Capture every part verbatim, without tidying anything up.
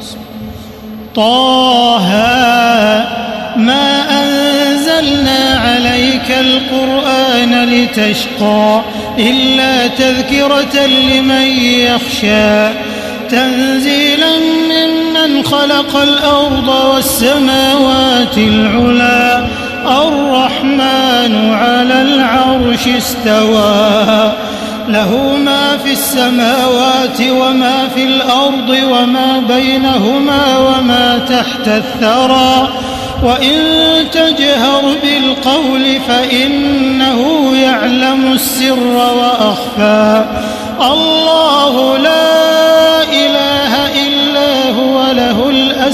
طه ما أنزلنا عليك القرآن لتشقى إلا تذكرة لمن يخشى تنزيلا ممن خلق الأرض والسماوات العلى الرحمن على العرش استوى له ما في السماوات وما في الأرض وما بينهما وما تحت الثرى وإن تجهر بالقول فإنه يعلم السر وأخفى الله لا إله إلا هو له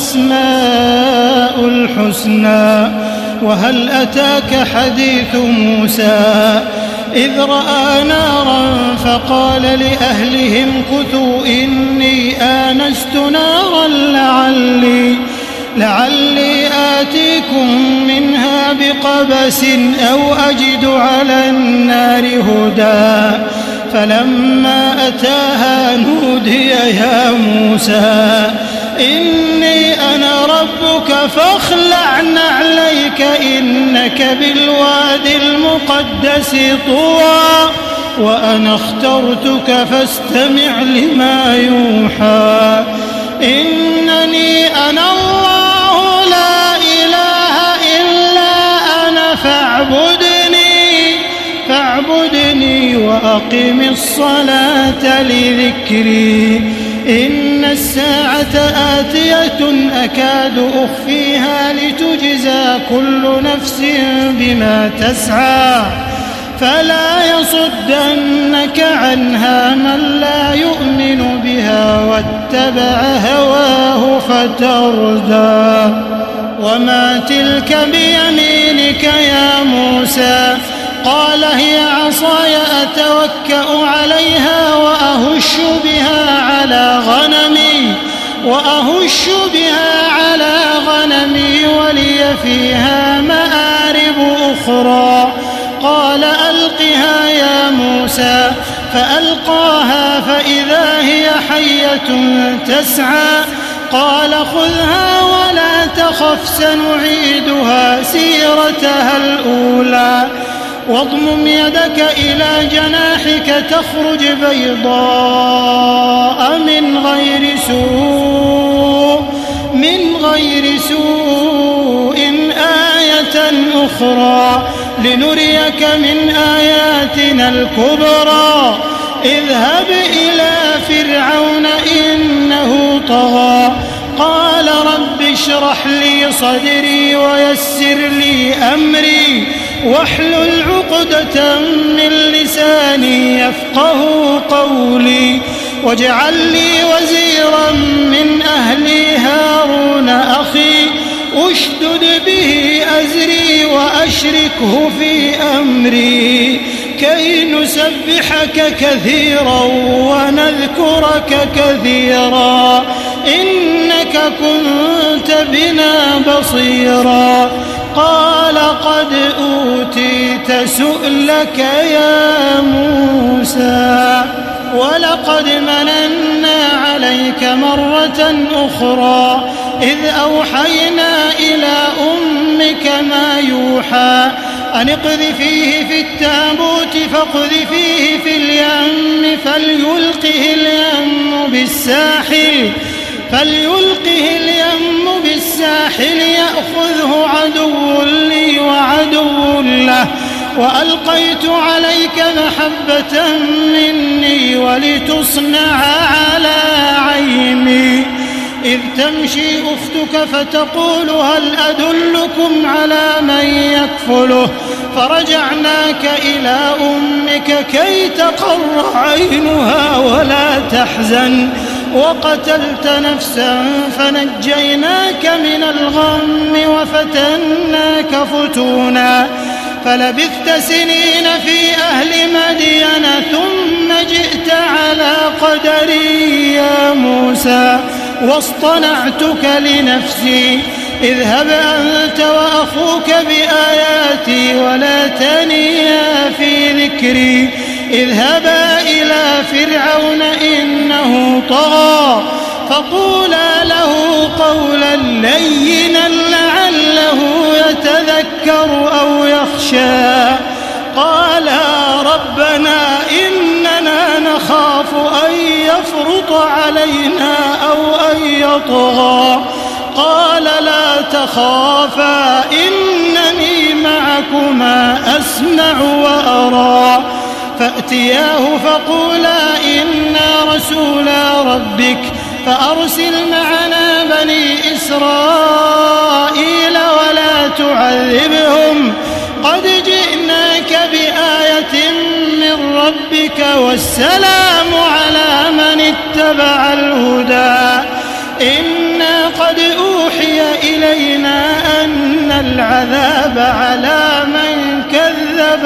الأسماء الحسنى وهل أتاك حديث موسى إذ رأى نارا فقال لأهلهم كثوا إني آنست نارا لعلي لعلي آتيكم منها بقبس أو أجد على النار هدى فلما أتاها نودي يا موسى إني أنا ربك فاخلع نعليك إنك بالواد المقدس طوى وأنا اخترتك فاستمع لما يوحى إنني أنا الله لا إله إلا أنا فاعبدني فاعبدني وأقم الصلاة لذكري إن الساعة آتية أكاد أخفيها لتجزى كل نفس بما تسعى فلا يصدنك عنها من لا يؤمن بها واتبع هواه فتردى وما تلك بيمينك يا موسى قال هي عصاي أتوكأ عليها وأهش بها على غنمي وأهش بها على غنمي ولي فيها مآرب أخرى قال ألقها يا موسى فألقاها فإذا هي حية تسعى قال خذها ولا تخف سنعيدها سيرتها الأولى واضمم يدك إلى جناحك تخرج بيضاء من غير سوء من غير سوء آية أخرى لنريك من آياتنا الكبرى اذهب إلى فرعون إنه طغى قال رب اشرح لي صدري ويسر لي أمري واحلل عقدة من لساني يفقه قولي واجعل لي وزيرا من أهلي هارون أخي أشدد به أزري وأشركه في أمري كي نسبحك كثيرا ونذكرك كثيرا إنك كنت بنا بصيرا قال قد أوتيت سؤلك يا موسى ولقد مننا عليك مرة أخرى إذ أوحينا إلى أمك ما يوحى أن اقذفيه في التابوت فاقذفيه في اليم فليلقه اليم بالساحل فليلقه اليم بالساحل يأخذه عدو لي وعدو له وألقيت عليك محبة مني ولتصنع على عيني إذ تمشي أختك فتقول هل أدلكم على من يكفله فرجعناك إلى أمك كي تقر عينها ولا تحزن وقتلت نفسا فنجيناك من الغم وفتناك فتونا فلبثت سنين في أهل مدين ثم جئت على قدري يا موسى واصطنعتك لنفسي اذهب أنت وأخوك بآياتي ولا تنيا في ذكري اذهبا إلى فرعون إنه طغى فقولا له قولا لينا لعله يتذكر أو يخشى قالا ربنا إننا نخاف أن يفرط علينا أو أن يطغى قال لا تخافا إنني معكما أسمع وأرى فأتياه فقولا إنا رسولا ربك فأرسل معنا بني إسرائيل ولا تعذبهم قد جئناك بآية من ربك والسلام على من اتبع الهدى إنا قد أوحي إلينا أن العذاب على من كذب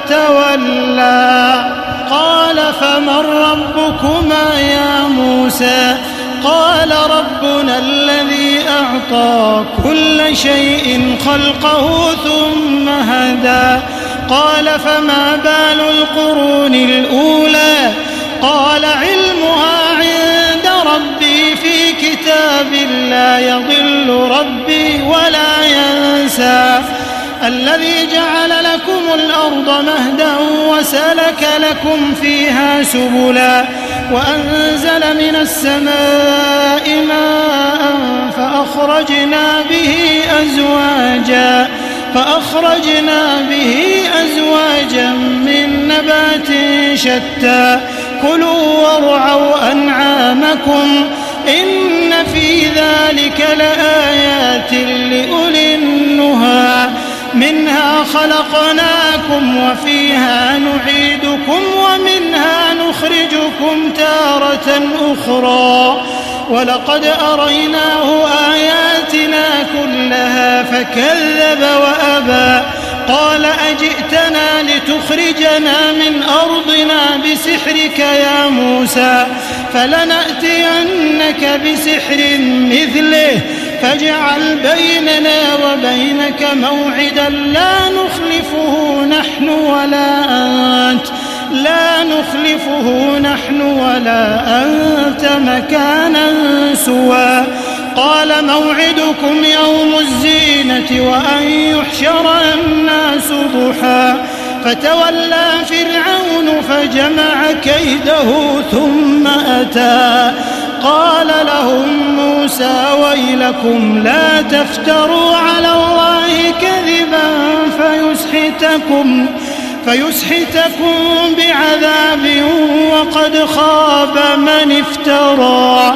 وتولى قال فمن ربكما يا موسى قال ربنا الذي أعطى كل شيء خلقه ثم هدى قال فما بال القرون الأولى قال علمها عند ربي في كتاب لا يضل ربي ولا ينسى الذي جعل لكم الأرض مهدا وسلك لكم فيها سبلا وأنزل من السماء ماء فأخرجنا به أزواجا فأخرجنا به أزواجا من نبات شتى كلوا وارعوا أنعامكم إن في ذلك لآيات لأولي النهى منها خلقناكم وفيها نعيدكم ومنها نخرجكم تارة أخرى ولقد أريناه آياتنا كلها فكذب وأبى قال أجئتنا لتخرجنا من أرضنا بسحرك يا موسى فلنأتينك بسحر مثله فاجعل بيننا وبينك موعدا لا نخلفه نحن ولا أنت لا نخلفه نحن ولا أنت مكانا سوى قال موعدكم يوم الزينة وأن يحشر الناس ضحى فتولى فرعون فجمع كيده ثم أتى قال لهم موسى ويلكم لا تفتروا على الله كذبا فيسحتكم فيسحتكم بعذاب وقد خاب من افترى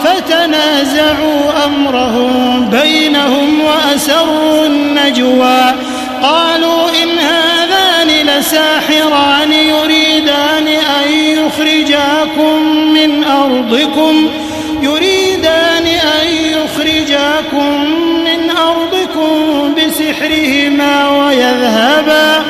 فتنازعوا أمرهم بينهم وأسروا النجوى قالوا إن هذان لساحران يريدان أن يخرجاكم من أرضكم يريدان أن يخرجاكم من أرضكم بسحرهما ويذهبا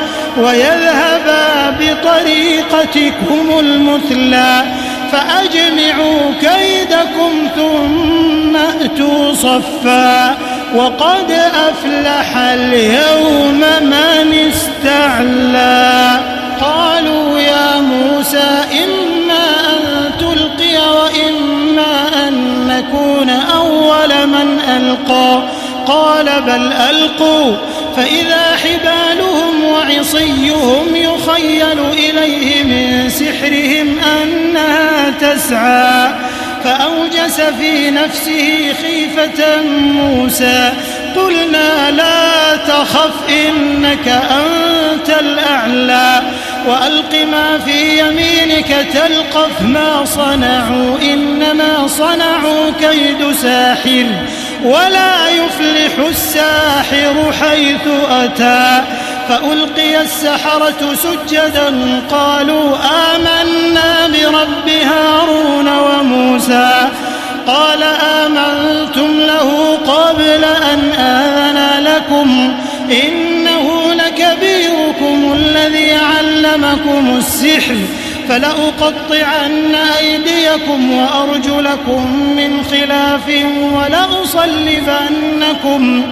ويذهبا بطريقتكم المثلى فأجمعوا كيدكم ثم أتوا صفا وقد أفلح اليوم من استعلى قالوا يا موسى إما أن تلقي وإما أن نكون أول من ألقى قال بل ألقوا فإذا حبالهم وعصيهم يخيل إليه من سحرهم أنها تسعى فأوجس في نفسه خيفة موسى قلنا لا تخف إنك أنت الأعلى وألق ما في يمينك تلقف ما صنعوا إنما صنعوا كيد ساحر ولا يفلح الساحر حيث أتى فألقي السحرة سجدا قالوا آمنا برب هارون وموسى قال آمنتم له قبل أن آذن لكم إنه لكبيركم الذي علمكم السحر فلأقطعن أيديكم وأرجلكم من خلاف ولأصلبنكم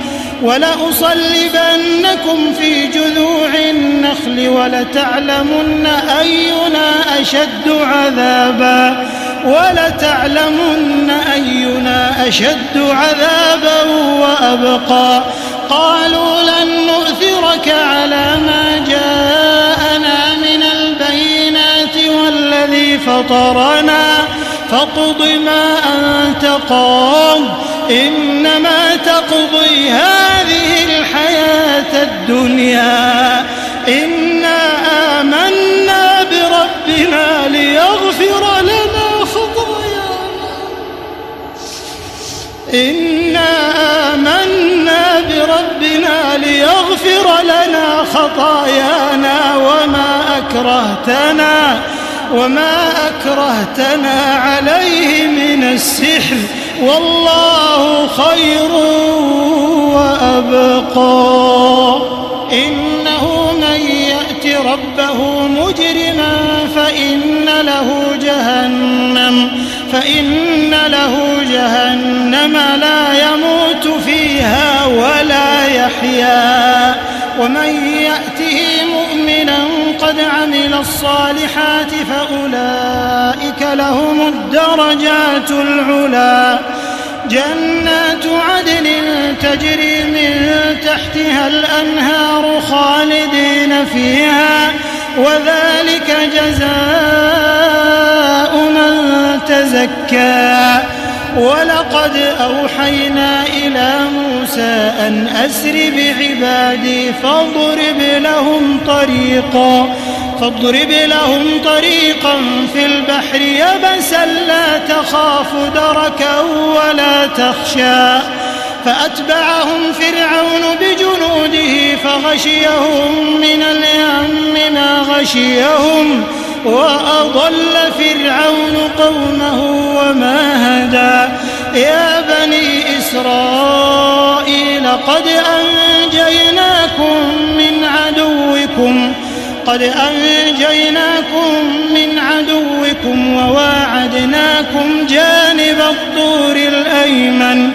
ولأصلبنكم في جذوع النخل ولتعلمن أينا أشد عذابا ولتعلمن أينا أشد عذابا وأبقى قالوا لن نؤثرك على ما جاءنا من البينات والذي فطرنا فاقض ما أنت قاض إنما تقضي هذه الحياة الدنيا إنا آمنا بربنا ليغفر لنا خطايانا إنا آمنا بربنا ليغفر لنا خطايانا وما أكرهتنا وما أكرهتنا عليه من السحر والله خير وأبقى إنه من يأت ربه مجرما فإن له جهنم فإن له جهنم لا يموت فيها ولا يحيا ومن يأته مؤمنا قد عمل الصالحات فأولئك لهم الدرجات العلى جنات عدن تجري من تحتها الأنهار خالدين فيها وذلك جزاء من تزكى ولقد أوحينا إلى موسى أن أسر بعبادي فاضرب لهم طريقا فاضرب لهم طريقا في البحر يبسا لا تخاف دركا ولا تخشى فأتبعهم فرعون بجنوده فغشيهم من اليم ما غشيهم وأضل فرعون قومه وما هدى يا بني إسرائيل قد أنجيناكم من عدوكم قد أنجيناكم من عدوكم وواعدناكم جانب الطور الأيمن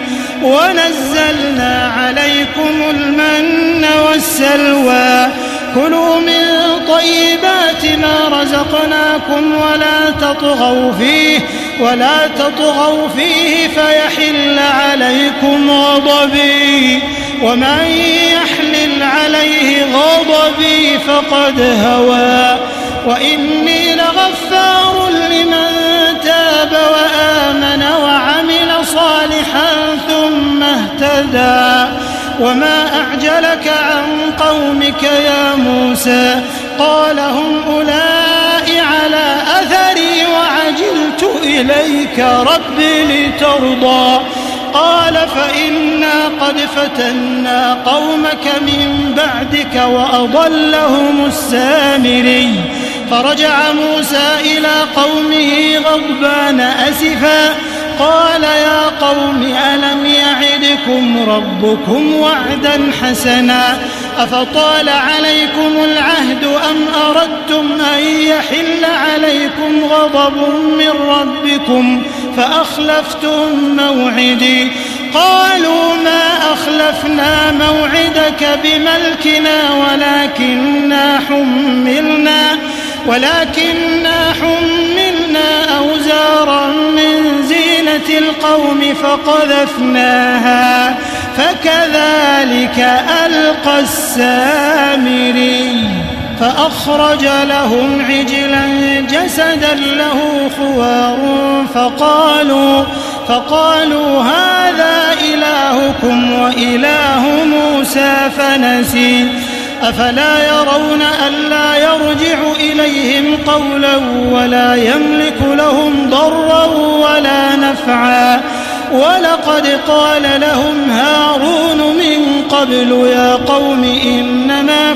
ونزلنا عليكم المن والسلوى كلوا من طيبات ما رزقناكم ولا تطغوا فيه ولا تطغوا فيه فيحل عليكم غضبي ومن يحلل عليه غضبي فقد هوى وإني لغفار لمن تاب وآمن وعمل صالحا ثم اهتدى وما أعجلك عن قومك يا موسى قال هم أولئك على أثري وعجلت إليك رب لترضى قال فإنا قد فتنا قومك من بعدك وأضلهم السامري فرجع موسى إلى قومه غضبان أسفا قال يا قوم ألم يعدكم ربكم وعدا حسنا أفطال عليكم العهد أم أردتم أن يحل عليكم غضب من ربكم فأخلفتم موعدي قالوا ما أخلفنا موعدك بملكنا ولكننا حملنا ولكننا حملنا أوزارا من زينة القوم فقذفناها فكذلك ألقى السامري فأخرج لهم عجلا جسدا له خوار فقالوا فقالوا هذا إلهكم وإله موسى فنسي أفلا يرون ألا يرجع إليهم قولا ولا يملك لهم ضرا ولا نفعا ولقد قال لهم هارون من قبل يا قوم إنما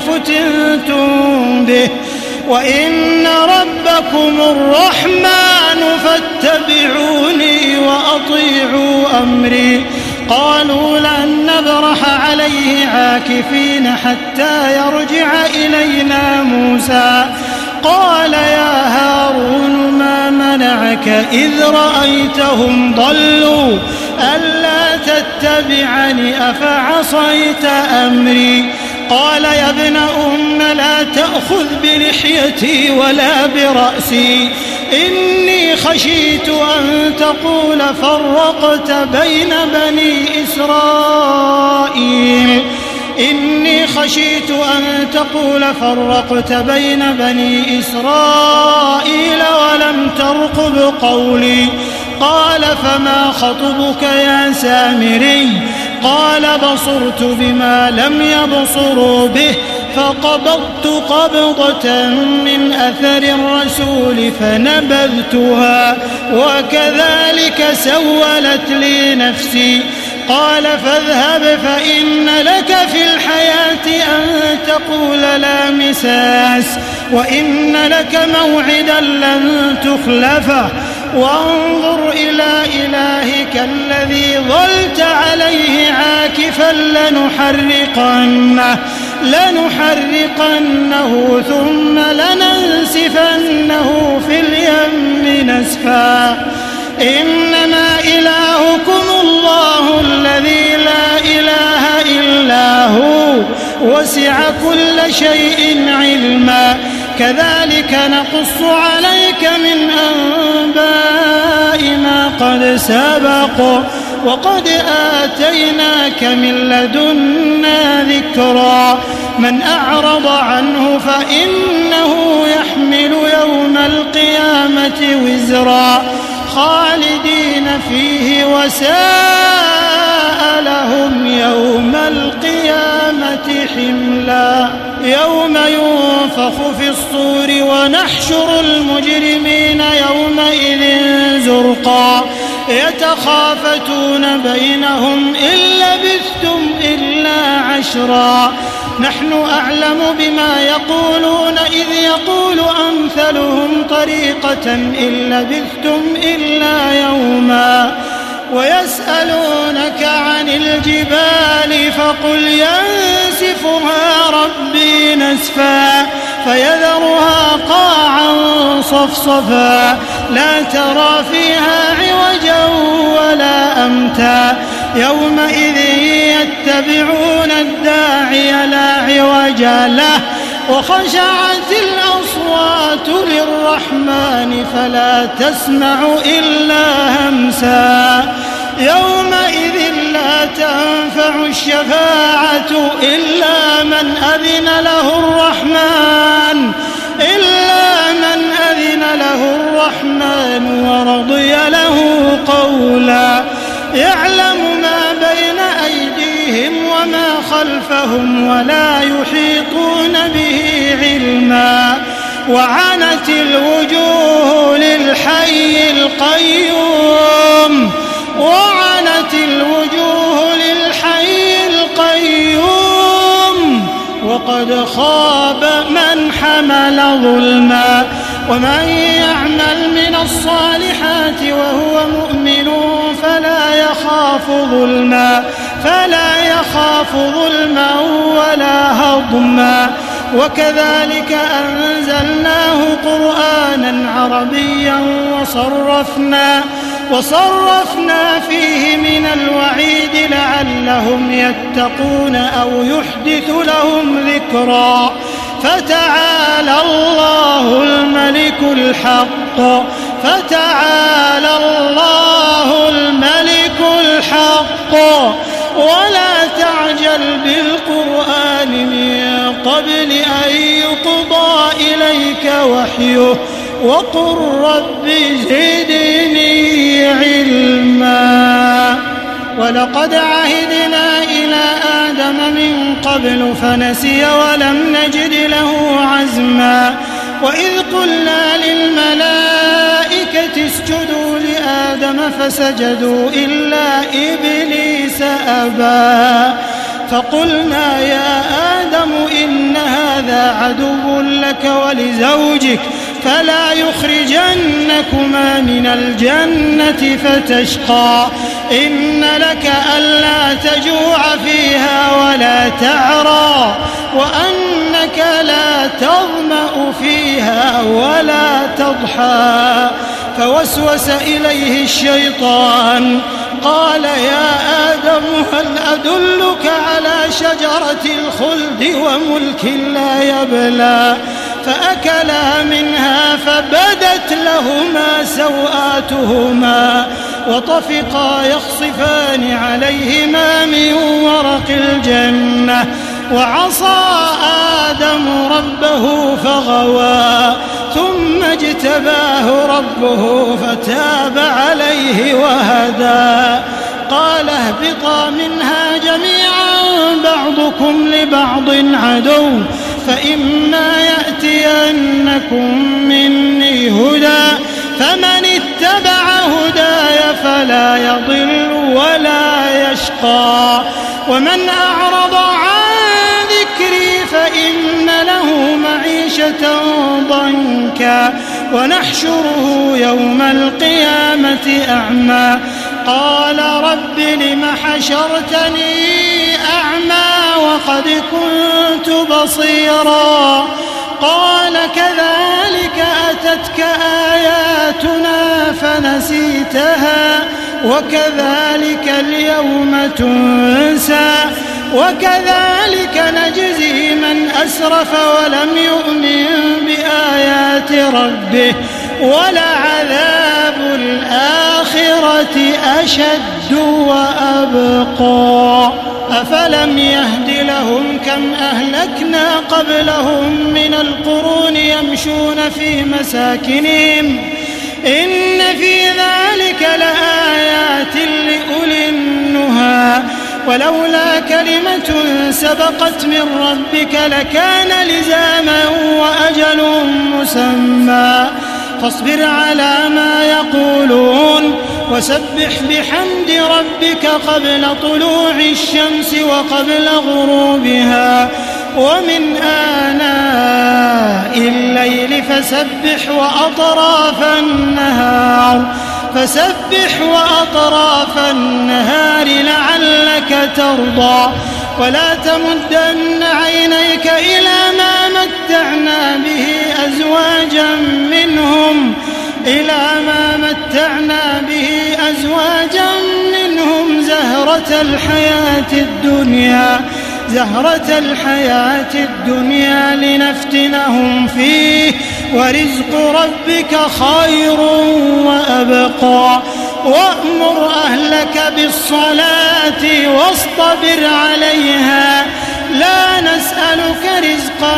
فتنتم به وإن ربكم الرحمن فاتبعوني وأطيعوا أمري قالوا لن نبرح عليه عاكفين حتى يرجع إلينا موسى قال يا هارون ما منعك إذ رأيتهم ضلوا ألا تتبعني أفعصيت أمري قال يا ابن أم لا تأخذ بلحيتي ولا برأسي إني خشيت أن تقول فرقت بين بني إسرائيل إني خشيت أن تقول فرقت بين بني إسرائيل ولم ترقب قولي قال فما خطبك يا سامري قال بصرت بما لم يبصروا به فقبضت قبضة من أثر الرسول فنبذتها وكذلك سولت لي نفسي قال فاذهب فإن لك في الحياة أن تقول لا مساس وإن لك موعدا لن تخلفه وانظر إلى إلهك الذي ظلت عليه عاكفا لنحرقنه لنحرقنه ثم لننسفنه في اليم نسفا إنما إلهكم الله الذي لا إله إلا هو وسع كل شيء علما كذلك نقص عليك من أنباء ما قد سبق وقد آتيناك من لدنا ذكرا من أعرض عنه فإنه يحمل يوم القيامة وزرا خالدين فيه وساء لهم يوم القيامة حملا يوم ينفخ في الصور ونحشر المجرمين يومئذ زرقا يتخافتون بينهم إن لبثتم إلا عشرا نحن أعلم بما يقولون إذ يقول أمثلهم طريقة إن لبثتم إلا يوما ويسألونك عن الجبال فقل ينسفها ربي نسفا فيذرها قاعا صفصفا لا ترى فيها عوجا ولا أمتا يومئذ يتبعون الداعي لا عوج له وخشعت الأصوات للرحمن فلا تسمع إلا همسا يومئذ لا تنفع الشفاعة إلا من أذن له الرحمن إلا من أذن له الرحمن ورضي له قولا يعلم ما بين أيديهم وما خلفهم ولا يحيطون به علما وعنت الوجوه للحي القيوم وعنت الوجوه للحي القيوم وقد خاب من حمل ظلما ومن يعمل من الصالحات وهو مؤمن فلا يخاف ظلما فلا يخاف ظلما ولا هضما وكذلك أنزلناه قرآنا عربيا وصرفنا وصرفنا فيه من الوعيد لعلهم يتقون أو يحدث لهم ذكرا فتعالى الله الملك الحق فتعالى الله الملك الحق ولا تعجل بالقرآن من قبل أن يقضى إليك وحيه وقل رب زدني علما ولقد عهدنا إلى آدم من قبل فنسي ولم نجد له عزما وإذ قلنا للملائكة اسجدوا لآدم فسجدوا إلا إبليس أبى فقلنا يا آدم إن هذا عدو لك ولزوجك فلا يخرجنكما من الجنة فتشقى إن لك ألا تجوع فيها ولا تعرى وأنك لا تظمأ فيها ولا تضحى فوسوس إليه الشيطان قال يا آدم هل أدلك على شجرة الخلد وملك لا يبلى فأكلا منها فبدت لهما سوآتهما وطفقا يخصفان عليهما من ورق الجنة وعصى آدم ربه فغوى ثم اجتباه ربه فتاب عليه وهدى قال اهبطا منها جميعا بعضكم لبعض عدو فإما يأتينكم مني هدى فمن اتبع هداي فلا يضل ولا يشقى ومن أعرض عن ذكري فإن له معيشة ضنكا ونحشره يوم القيامة أعمى قال رب لم حشرتني أعمى وقد كنت بصيرا قال كذلك أتتك آياتنا فنسيتها وكذلك اليوم تنسى وكذلك نجزي من أسرف ولم يؤمن بآيات ربه ولعذاب الآخرة أشد وأبقى أفلم يهد لهم كم أهلكنا قبلهم من القرون يمشون في مساكنهم إن في ذلك لآيات لأولي النهى ولولا كلمة سبقت من ربك لكان لزاما وأجل مسمى فاصبر على ما يقولون وسبح بحمد ربك قبل طلوع الشمس وقبل غروبها ومن آناء الليل فسبح وأطراف النهار فسبح وأطراف النهار لعلك ترضى ولا تمدن عينيك إلى ما متعنا به أزواجا منهم إلى ما متعنا به أزواجا منهم زهرة الحياة الدنيا زهرة الحياة الدنيا لنفتنهم فيه ورزق ربك خير وأبقى وأمر أهلك بالصلاة واصطبر عليها لا نسألك رزقا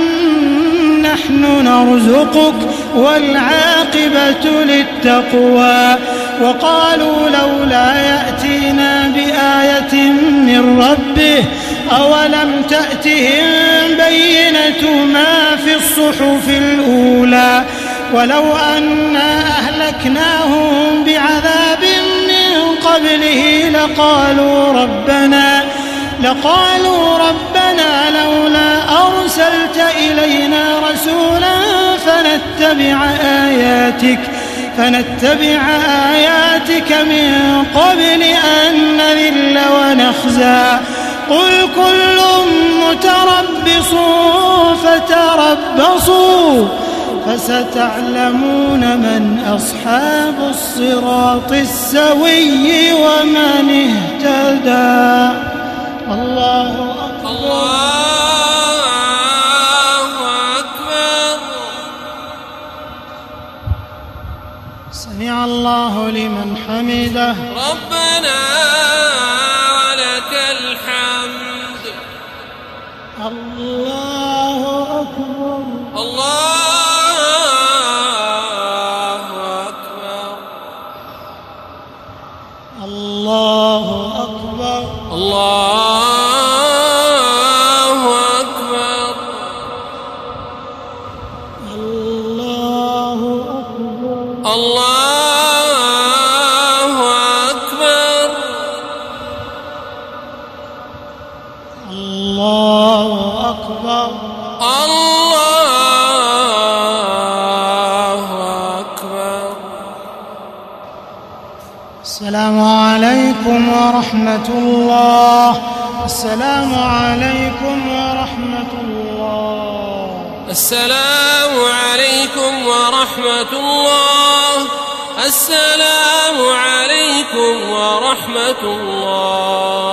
نحن نرزقك والعاقبة للتقوى وقالوا لولا يأتينا بآية من ربه أولم تأتهم بينة ما في الصحف الأولى ولو أنا أهلكناهم بعذاب من قبله لقالوا ربنا لقالوا ربنا لولا أرسلت إلينا رسولا فنتبع آياتك فنتبع آياتك من قبل أن نذل ونخزى قل كل متربص فتربصوا فستعلمون من أصحاب الصراط السوي ومن اهتدى الله أكبر الله أكبر سمع الله لمن حمده ربنا ولك الحمد الله أكبر الله أكبر الله أكبر الله أكبر الله أكبر الله أكبر الله أكبر. السلام عليكم ورحمة الله. السلام عليكم ورحمة الله. السلام عليكم ورحمة الله. السلام عليكم ورحمة الله.